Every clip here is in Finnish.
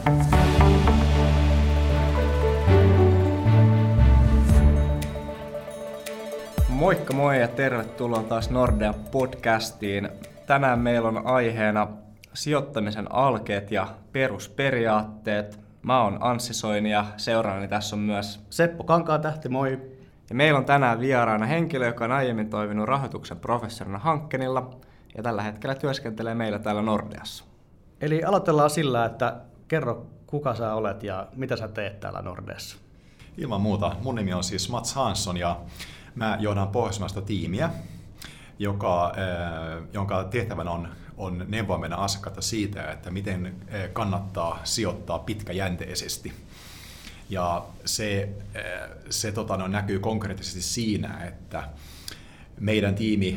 Moikka moi ja tervetuloa taas Nordea podcastiin. Tänään meillä on aiheena sijoittamisen alkeet ja perusperiaatteet. Mä oon Anssi Soini ja seuraani tässä on myös Seppo Kankaantähti, moi! Ja meillä on tänään vieraana henkilö, joka on aiemmin toiminut rahoituksen professorina Hankkenilla ja tällä hetkellä työskentelee meillä täällä Nordeassa. Eli aloitellaan sillä, että kerro kuka sä olet ja mitä sä teet täällä Nordeassa. Ilman muuta. Mun nimi on siis Mats Hansson ja mä johdan pohjoismaista tiimiä, jonka tehtävänä on neuvoa meidän asiakkaita siitä, että miten kannattaa sijoittaa pitkäjänteisesti. Ja se näkyy konkreettisesti siinä, että meidän tiimi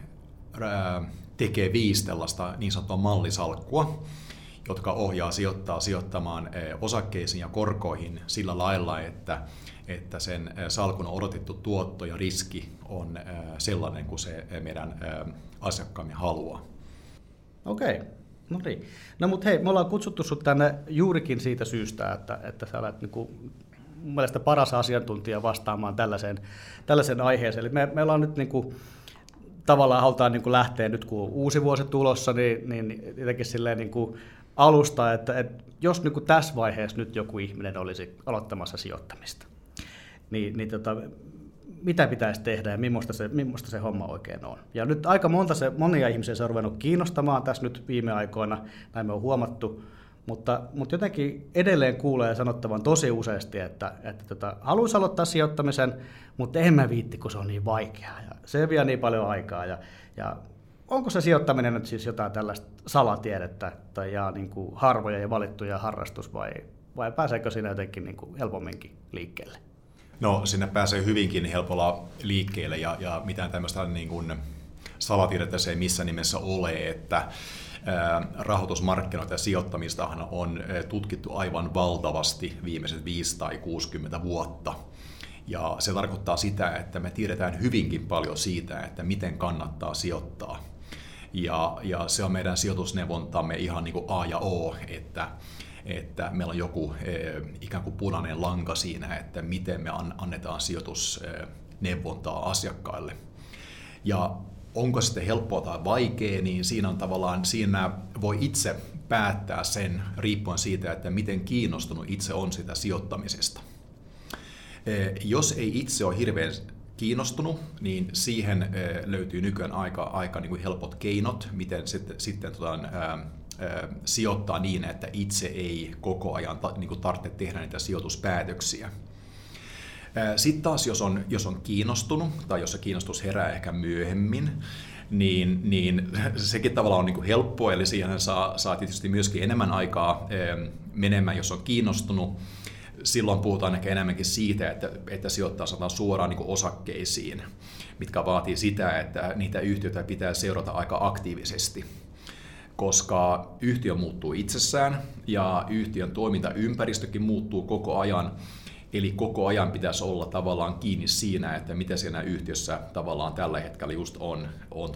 tekee 5 tällaista niin sanottua mallisalkkua, jotka ohjaa sijoittamaan osakkeisiin ja korkoihin sillä lailla, että sen salkun odotettu tuotto ja riski on sellainen kuin se meidän asiakkaamme haluaa. Okei, no niin. No mutta hei, me ollaan kutsuttu sut tänne juurikin siitä syystä, että sä olet mun mielestä paras asiantuntija vastaamaan tällaiseen aiheeseen. Eli me ollaan nyt tavallaan halutaan lähteä nyt, kun uusi vuosi tulossa, niin jotenkin silleen alusta, että jos tässä vaiheessa nyt joku ihminen olisi aloittamassa sijoittamista, niin mitä pitäisi tehdä ja millaista se homma oikein on. Ja nyt aika monia ihmisiä se on ruvennut kiinnostamaan tässä nyt viime aikoina, näin me on huomattu, mutta jotenkin edelleen kuulee sanottavan tosi useasti, että haluaisi aloittaa sijoittamisen, mutta en mä viitti, kun se on niin vaikeaa ja se vie niin paljon aikaa. Ja onko se sijoittaminen nyt siis jotain tällaista salatiedettä tai harvoja ja valittuja harrastus vai pääseekö siinä jotenkin helpomminkin liikkeelle? No sinne pääsee hyvinkin helpolla liikkeelle ja mitään tämmöistä salatiedettä se ei missään nimessä ole, että rahoitusmarkkinoita ja sijoittamistahan on tutkittu aivan valtavasti viimeiset 5 tai 60 vuotta. Ja se tarkoittaa sitä, että me tiedetään hyvinkin paljon siitä, että miten kannattaa sijoittaa. Ja se on meidän sijoitusneuvontamme ihan niin kuin A ja O, että meillä on joku ikään kuin punainen lanka siinä, että miten me annetaan sijoitusneuvontaa asiakkaille. Ja onko sitten helppoa tai vaikea, niin siinä voi itse päättää sen riippuen siitä, että miten kiinnostunut itse on sitä sijoittamisesta. Jos ei itse ole hirveän kiinnostunut, niin siihen löytyy nykyään aika niin kuin helpot keinot, miten sitten sijoittaa niin, että itse ei koko ajan tarvitse tehdä niitä sijoituspäätöksiä. Sitten taas, jos on kiinnostunut, tai jos se kiinnostus herää ehkä myöhemmin, niin sekin tavallaan on niin kuin helppoa, eli siihen saa tietysti myöskin enemmän aikaa menemään, jos on kiinnostunut. Silloin puhutaan ehkä enemmänkin siitä, että sijoittaa suoraan niin kuin osakkeisiin, mitkä vaatii sitä, että niitä yhtiöitä pitää seurata aika aktiivisesti, koska yhtiö muuttuu itsessään ja yhtiön toimintaympäristökin muuttuu koko ajan. Eli koko ajan pitäisi olla tavallaan kiinni siinä, että mitä siinä yhtiössä tavallaan tällä hetkellä just on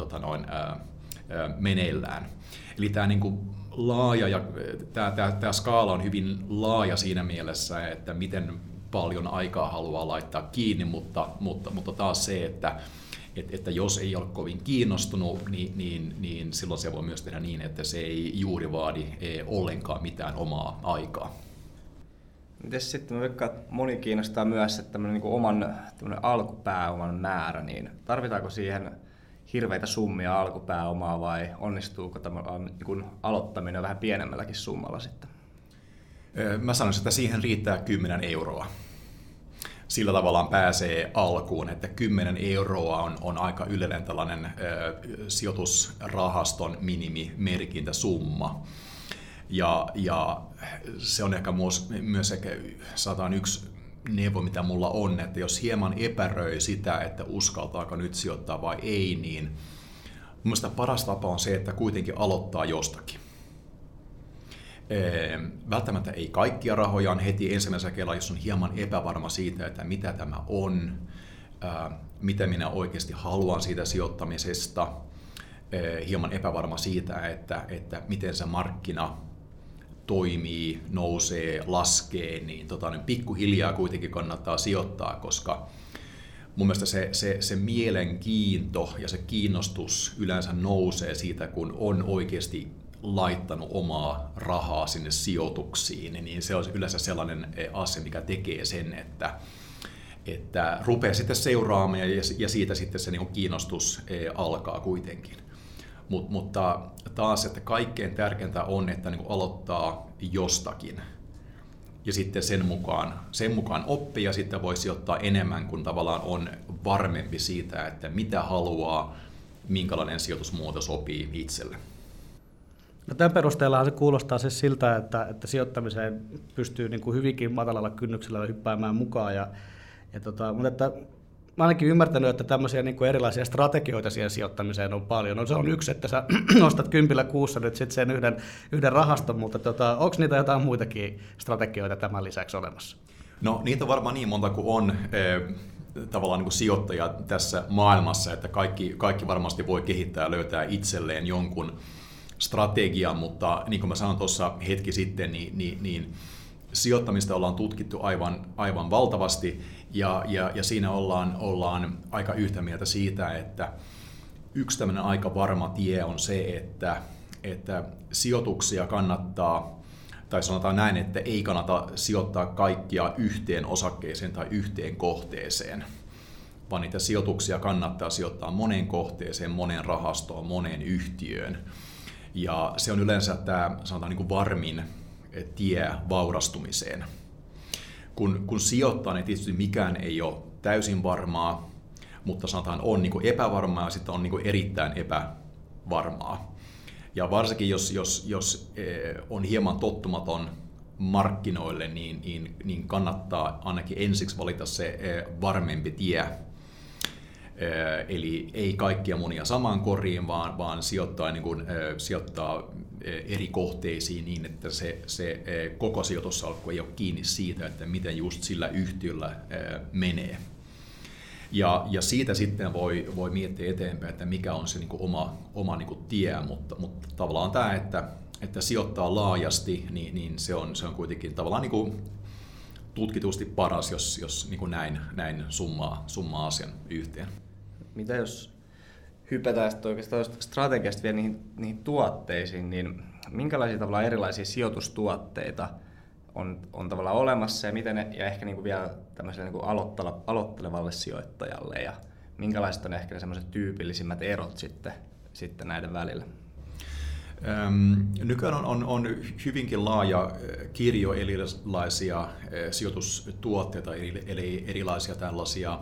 meneillään. Eli tämä laaja ja tämä skaala on hyvin laaja siinä mielessä, että miten paljon aikaa haluaa laittaa kiinni, mutta taas se, että jos ei ole kovin kiinnostunut, niin silloin se voi myös tehdä niin, että se ei juuri vaadi ollenkaan mitään omaa aikaa. Mites sitten mä veikkaan, että moni kiinnostaa myös, että tämmöinen oman alkupääoman määrä, niin tarvitaanko siihen hirveitä summia alkupääomaa vai onnistuuko tämä aloittaminen vähän pienemmälläkin summalla sitten? Mä sanoisin, että siihen riittää 10 euroa. Sillä tavallaan pääsee alkuun, että 10 euroa on aika yleinen tällainen sijoitusrahaston minimimerkintäsumma. Ja se on ehkä myös ehkä yksi neuvo, mitä mulla on, että jos hieman epäröi sitä, että uskaltaako nyt sijoittaa vai ei, niin mielestäni paras tapa on se, että kuitenkin aloittaa jostakin. Välttämättä ei kaikkia rahoja on heti ensimmäisellä kerralla, jos on hieman epävarma siitä, että mitä tämä on, mitä minä oikeasti haluan siitä sijoittamisesta, hieman epävarma siitä, että miten se markkina toimii, nousee, laskee, niin pikkuhiljaa kuitenkin kannattaa sijoittaa, koska mun mielestä se mielenkiinto ja se kiinnostus yleensä nousee siitä, kun on oikeasti laittanut omaa rahaa sinne sijoituksiin, niin se on yleensä sellainen asia, mikä tekee sen, että rupeaa sitten seuraamaan ja siitä sitten se niin kuin kiinnostus alkaa kuitenkin. Mutta taas, että kaikkein tärkeintä on, että niin kuin aloittaa jostakin ja sitten sen mukaan oppii ja sitten voi sijoittaa enemmän, kun tavallaan on varmempi siitä, että mitä haluaa, minkälainen sijoitusmuoto sopii itselle. No tämän perusteella se kuulostaa siis siltä, että sijoittamiseen pystyy niin kuin hyvinkin matalalla kynnyksellä hyppäämään mukaan. Mutta että mä ainakin ymmärtänyt, että tämmöisiä niin kuin erilaisia strategioita siihen sijoittamiseen on paljon. No se on yksi, että sä nostat 10 kuussa nyt sit sen yhden rahaston, mutta onko niitä jotain muitakin strategioita tämän lisäksi olemassa? No niitä on varmaan niin monta kuin on tavallaan niin kuin sijoittajia tässä maailmassa, että kaikki varmasti voi kehittää ja löytää itselleen jonkun strategian, mutta niin kuin mä sanoin tuossa hetki sitten, niin sijoittamista ollaan tutkittu aivan valtavasti ja siinä ollaan aika yhtä mieltä siitä, että yksi tämmöinen aika varma tie on se, että sijoituksia kannattaa, tai sanotaan näin, että ei kannata sijoittaa kaikkia yhteen osakkeeseen tai yhteen kohteeseen, vaan niitä sijoituksia kannattaa sijoittaa moneen kohteeseen, moneen rahastoon, moneen yhtiöön. Ja se on yleensä tämä, sanotaan, niin kuin varmin tie vaurastumiseen. Kun sijoittaa, niin tietysti mikään ei ole täysin varmaa, mutta sanotaan on niin kuin epävarmaa ja sitten on niin kuin erittäin epävarmaa. Ja varsinkin jos on hieman tottumaton markkinoille, niin kannattaa ainakin ensiksi valita se varmempi tie. Eli ei kaikkia munia samaan koriin, vaan sijoittaa eri kohteisiin niin, että se koko sijoitussalkku ei ole kiinni siitä, että miten just sillä yhtiöllä menee. Ja siitä sitten voi miettiä eteenpäin, että mikä on se niin kuin oma niin kuin tie, mutta tavallaan tämä, että sijoittaa laajasti, niin se on kuitenkin tavallaan niin kuin tutkitusti paras, jos niin kuin näin summaa asian yhteen. Mitä jos hypätään oikeastaan strategiasta vielä niihin tuotteisiin, niin minkälaisia tavallaan erilaisia sijoitustuotteita on tavallaan olemassa ja miten ja ehkä niin kuin vielä tämmöiselle niin kuin aloittelevalle sijoittajalle ja minkälaiset on ehkä ne semmoiset tyypillisimmät erot sitten näiden välillä? Nykyään on hyvinkin laaja kirjo erilaisia sijoitustuotteita, eli erilaisia tällaisia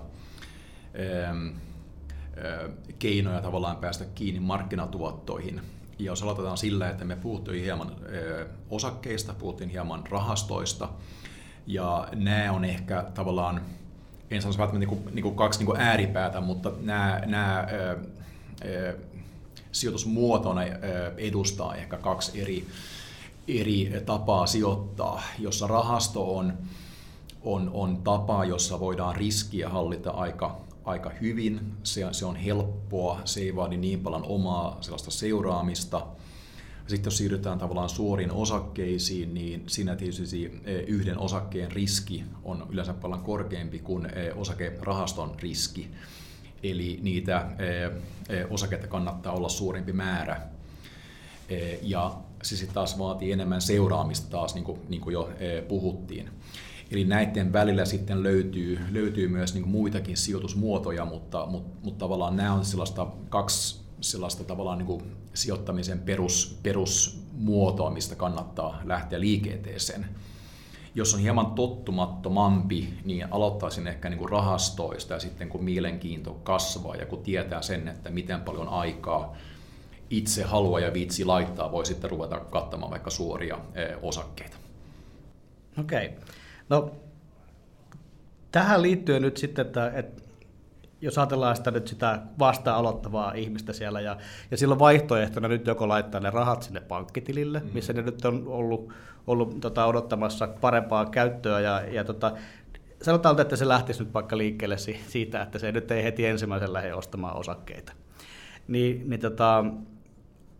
keinoja tavallaan päästä kiinni markkinatuottoihin. Ja jos aloitetaan sillä, että me puhuttiin hieman osakkeista, puhuttiin hieman rahastoista, ja nämä on ehkä tavallaan, en sanoisi välttämättä niin kuin kaksi niin kuin ääripäätä, mutta nämä sijoitusmuotona edustaa ehkä kaksi eri tapaa sijoittaa, jossa rahasto on tapa, jossa voidaan riskiä hallita aika hyvin, se on helppoa, se ei vaadi niin paljon omaa sellaista seuraamista. Sitten jos siirrytään tavallaan suoriin osakkeisiin, niin siinä tietysti yhden osakkeen riski on yleensä paljon korkeampi kuin osakerahaston riski. Eli niitä osakkeita kannattaa olla suurempi määrä. Ja se sitten taas vaatii enemmän seuraamista taas, niin kuin jo puhuttiin. Eli näiden välillä sitten löytyy myös niin kuin muitakin sijoitusmuotoja, mutta tavallaan nämä on kaksi sellaista tavallaan niin kuin sijoittamisen perusmuotoa, mistä kannattaa lähteä liikenteeseen. Jos on hieman tottumattomampi, niin aloittaisin ehkä niin kuin rahastoista ja sitten kun mielenkiinto kasvaa ja kun tietää sen, että miten paljon aikaa itse haluaa ja viitsi laittaa, voi sitten ruveta katsomaan vaikka suoria osakkeita. Okei. No, tähän liittyen nyt sitten, että jos ajatellaan sitä nyt sitä vasta aloittavaa ihmistä siellä ja silloin vaihtoehtona nyt joko laittaa ne rahat sinne pankkitilille, missä ne nyt on ollut odottamassa parempaa käyttöä ja sanotaan, että se lähtisi nyt vaikka liikkeelle siitä, että se nyt ei heti ensimmäisen lähde ostamaan osakkeita.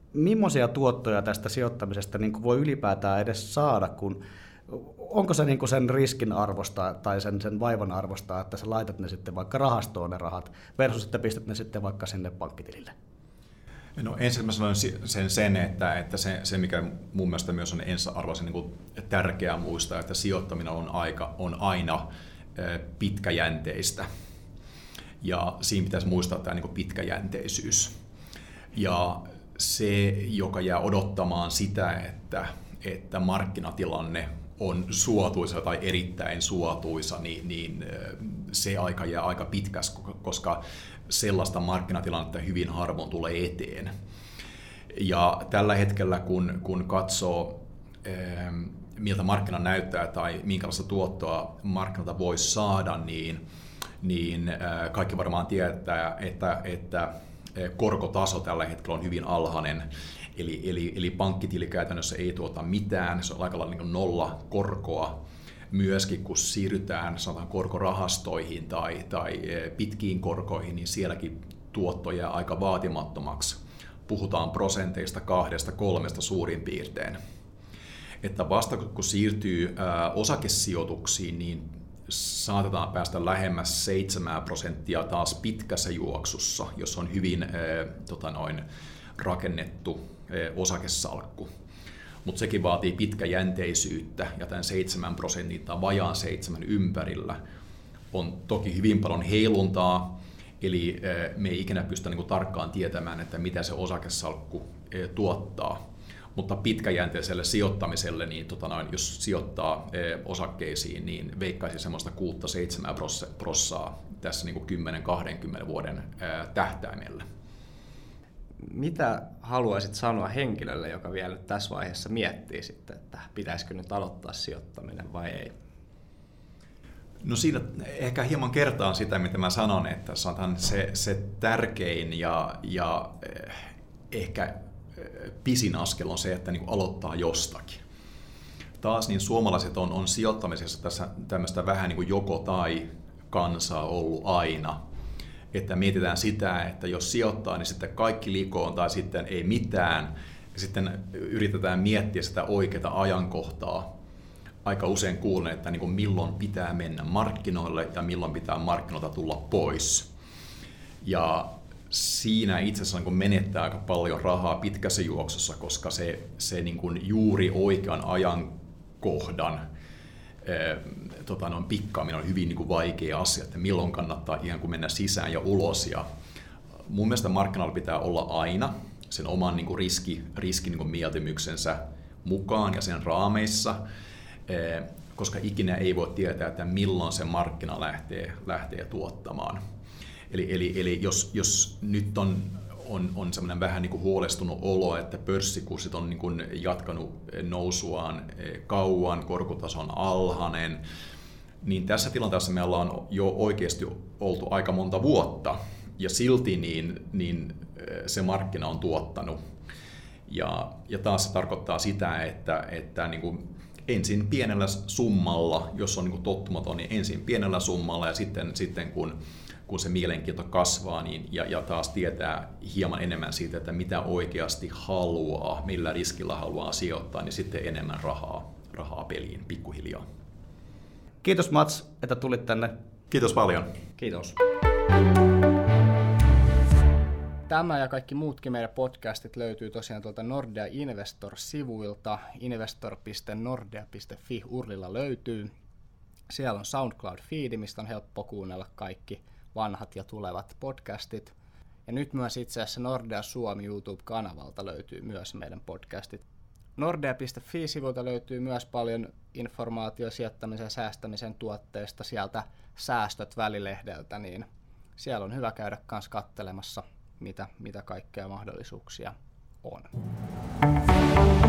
millaisia tuottoja tästä sijoittamisesta niin kuin voi ylipäätään edes saada, onko se niin kuin sen riskin arvosta tai sen vaivan arvosta, että sä laitat ne sitten vaikka rahastoon ne rahat, versus että pistät ne sitten vaikka sinne pankkitilille? No ensin mä sanoin sen että se mikä mun mielestä myös on ensiarvoisen niin kuin tärkeää muistaa, että sijoittaminen on aina pitkäjänteistä. Ja siinä pitäisi muistaa tämä niin kuin pitkäjänteisyys. Ja se, joka jää odottamaan sitä, että markkinatilanne on suotuisa tai erittäin suotuisa, niin se aika jää aika pitkäksi, koska sellaista markkinatilannetta hyvin harvoin tulee eteen. Ja tällä hetkellä, kun katsoo, miltä markkina näyttää tai minkälaista tuottoa markkinalta voisi saada, niin kaikki varmaan tietää, että korkotaso tällä hetkellä on hyvin alhainen. Eli pankkitili käytännössä ei tuota mitään, se on aika lailla niin nolla korkoa. Myöskin kun siirrytään sanotaan korkorahastoihin tai pitkiin korkoihin, niin sielläkin tuotto jää aika vaatimattomaksi. Puhutaan prosenteista 2-3 suurin piirtein. Että vasta kun siirtyy osakesijoituksiin, niin saatetaan päästä lähemmäs 7% taas pitkässä juoksussa, jos on hyvin rakennettu osakesalkku. Mutta sekin vaatii pitkäjänteisyyttä, ja tämän 7% tai vajaan 7 ympärillä on toki hyvin paljon heiluntaa, eli me ei ikinä pystytä niin kuin tarkkaan tietämään, että mitä se osakesalkku tuottaa. Mutta pitkäjänteiselle sijoittamiselle, niin jos sijoittaa osakkeisiin, niin veikkaisin semmoista 6-7% tässä niin kuin 10-20 vuoden tähtäimellä. Mitä haluaisit sanoa henkilölle, joka vielä tässä vaiheessa miettii sitten, että pitäisikö nyt aloittaa sijoittaminen vai ei? No siinä ehkä hieman kertaan sitä, mitä mä sanon, että se tärkein ja ehkä pisin askel on se, että niin kuin aloittaa jostakin. Taas niin suomalaiset on sijoittamisessa tässä tämmöistä vähän niin kuin joko tai kansaa ollut aina. Että mietitään sitä, että jos sijoittaa, niin sitten kaikki likoon tai sitten ei mitään. Ja sitten yritetään miettiä sitä oikeaa ajankohtaa. Aika usein kuulen, että niin kuin milloin pitää mennä markkinoille ja milloin pitää markkinoilta tulla pois. Ja siinä itse asiassa niin menettää aika paljon rahaa pitkässä juoksussa, koska se niin kuin juuri oikean ajankohdan pikkaaminen on hyvin niin kuin vaikea asia, että milloin kannattaa ihan kuin mennä sisään ja ulos. Ja mun mielestä markkinoilla pitää olla aina sen oman niin kuin riski niin kuin mieltymyksensä mukaan ja sen raameissa, koska ikinä ei voi tietää, että milloin se markkina lähtee tuottamaan. Eli jos nyt on semmoinen vähän niin kuin huolestunut olo, että pörssikurssit on niin kuin jatkanut nousuaan kauan, korkotaso on alhainen, niin tässä tilanteessa me ollaan jo oikeasti oltu aika monta vuotta, ja silti niin se markkina on tuottanut. Ja taas se tarkoittaa sitä, että niin kuin ensin pienellä summalla, jos on niin kuin tottumaton, niin ensin pienellä summalla, ja sitten kun se mielenkiinto kasvaa niin, ja taas tietää hieman enemmän siitä, että mitä oikeasti haluaa, millä riskillä haluaa sijoittaa, niin sitten enemmän rahaa peliin pikkuhiljaa. Kiitos Mats, että tulit tänne. Kiitos paljon. Kiitos. Tämä ja kaikki muutkin meidän podcastit löytyy tosiaan tuolta Nordea Investor-sivuilta. investor.nordea.fi URLilla löytyy. Siellä on SoundCloud-feedi, mistä on helppo kuunnella kaikki vanhat ja tulevat podcastit. Ja nyt myös itse asiassa Nordea Suomi YouTube-kanavalta löytyy myös meidän podcastit. Nordea.fi-sivulta löytyy myös paljon informaatiota sijoittamisen ja säästämisen tuotteista sieltä Säästöt -välilehdeltä, niin siellä on hyvä käydä kanssa katselemassa, mitä kaikkea mahdollisuuksia on.